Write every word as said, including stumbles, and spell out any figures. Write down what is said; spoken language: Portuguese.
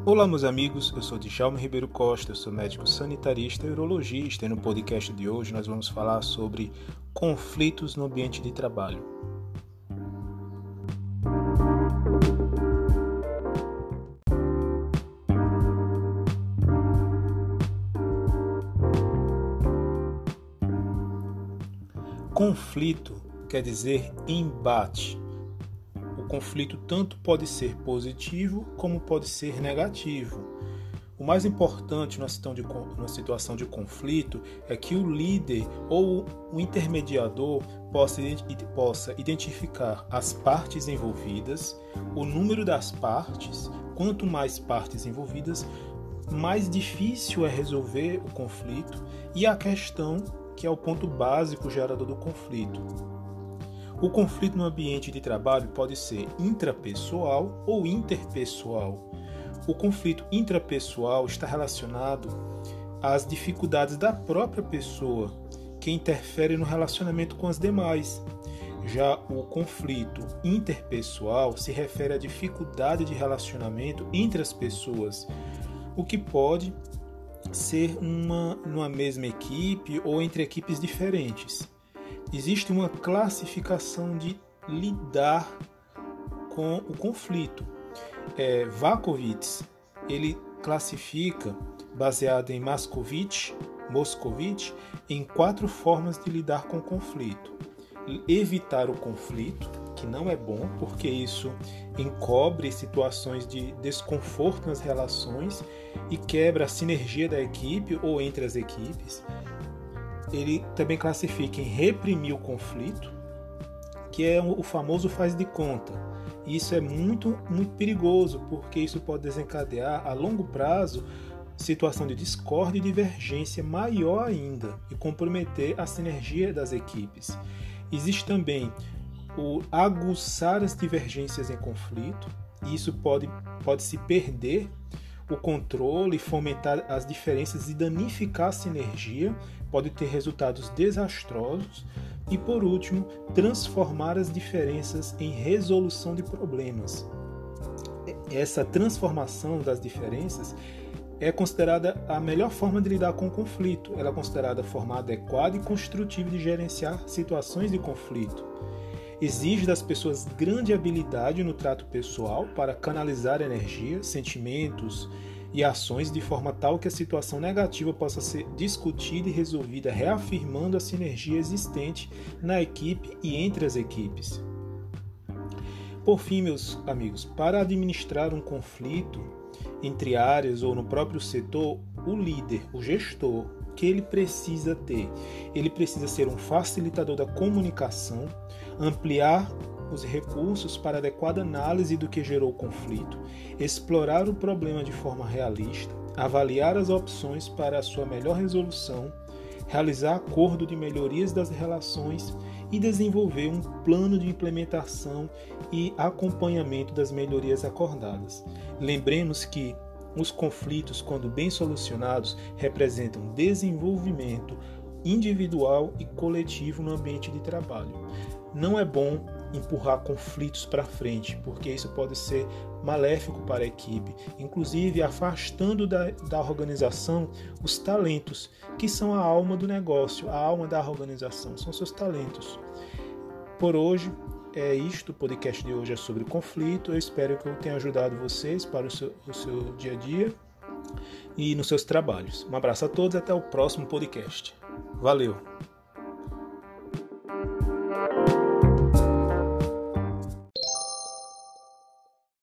Olá, meus amigos, eu sou Djalma Ribeiro Costa, eu sou médico sanitarista e urologista e no podcast de hoje nós vamos falar sobre conflitos no ambiente de trabalho. Conflito quer dizer embate. O conflito tanto pode ser positivo como pode ser negativo. O mais importante numa situação de conflito é que o líder ou o intermediador possa, possa identificar as partes envolvidas, o número das partes. Quanto mais partes envolvidas, mais difícil é resolver o conflito e a questão, que é o ponto básico gerador do conflito. O conflito no ambiente de trabalho pode ser intrapessoal ou interpessoal. O conflito intrapessoal está relacionado às dificuldades da própria pessoa, que interfere no relacionamento com as demais. Já o conflito interpessoal se refere à dificuldade de relacionamento entre as pessoas, o que pode ser uma, numa mesma equipe ou entre equipes diferentes. Existe uma classificação de lidar com o conflito. É, Vakovits, ele classifica, baseado em Moscovitch, Moscovitch, em quatro formas de lidar com o conflito. Evitar o conflito, que não é bom, porque isso encobre situações de desconforto nas relações e quebra a sinergia da equipe ou entre as equipes. Ele também classifica em reprimir o conflito, que é o famoso faz de conta. Isso é muito, muito perigoso, porque isso pode desencadear a longo prazo situação de discórdia e divergência maior ainda e comprometer a sinergia das equipes. Existe também o aguçar as divergências em conflito, e isso pode, pode se perder o controle, fomentar as diferenças e danificar a sinergia, pode ter resultados desastrosos. E, por último, transformar as diferenças em resolução de problemas. Essa transformação das diferenças é considerada a melhor forma de lidar com o conflito. Ela é considerada a forma adequada e construtiva de gerenciar situações de conflito. Exige das pessoas grande habilidade no trato pessoal para canalizar energia, sentimentos e ações de forma tal que a situação negativa possa ser discutida e resolvida, reafirmando a sinergia existente na equipe e entre as equipes. Por fim, meus amigos, para administrar um conflito entre áreas ou no próprio setor, o líder, o gestor, que ele precisa ter? Ele precisa ser um facilitador da comunicação, ampliar os recursos para adequada análise do que gerou o conflito, explorar o problema de forma realista, avaliar as opções para a sua melhor resolução, realizar acordo de melhorias das relações e desenvolver um plano de implementação e acompanhamento das melhorias acordadas. Lembremos que os conflitos, quando bem solucionados, representam desenvolvimento individual e coletivo no ambiente de trabalho. Não é bom empurrar conflitos para frente, porque isso pode ser maléfico para a equipe, inclusive afastando da, da organização os talentos, que são a alma do negócio, a alma da organização, são seus talentos. Por hoje, é isto, o podcast de hoje é sobre conflito. Eu espero que eu tenha ajudado vocês para o seu, o seu dia a dia e nos seus trabalhos. Um abraço a todos, até o próximo podcast. Valeu!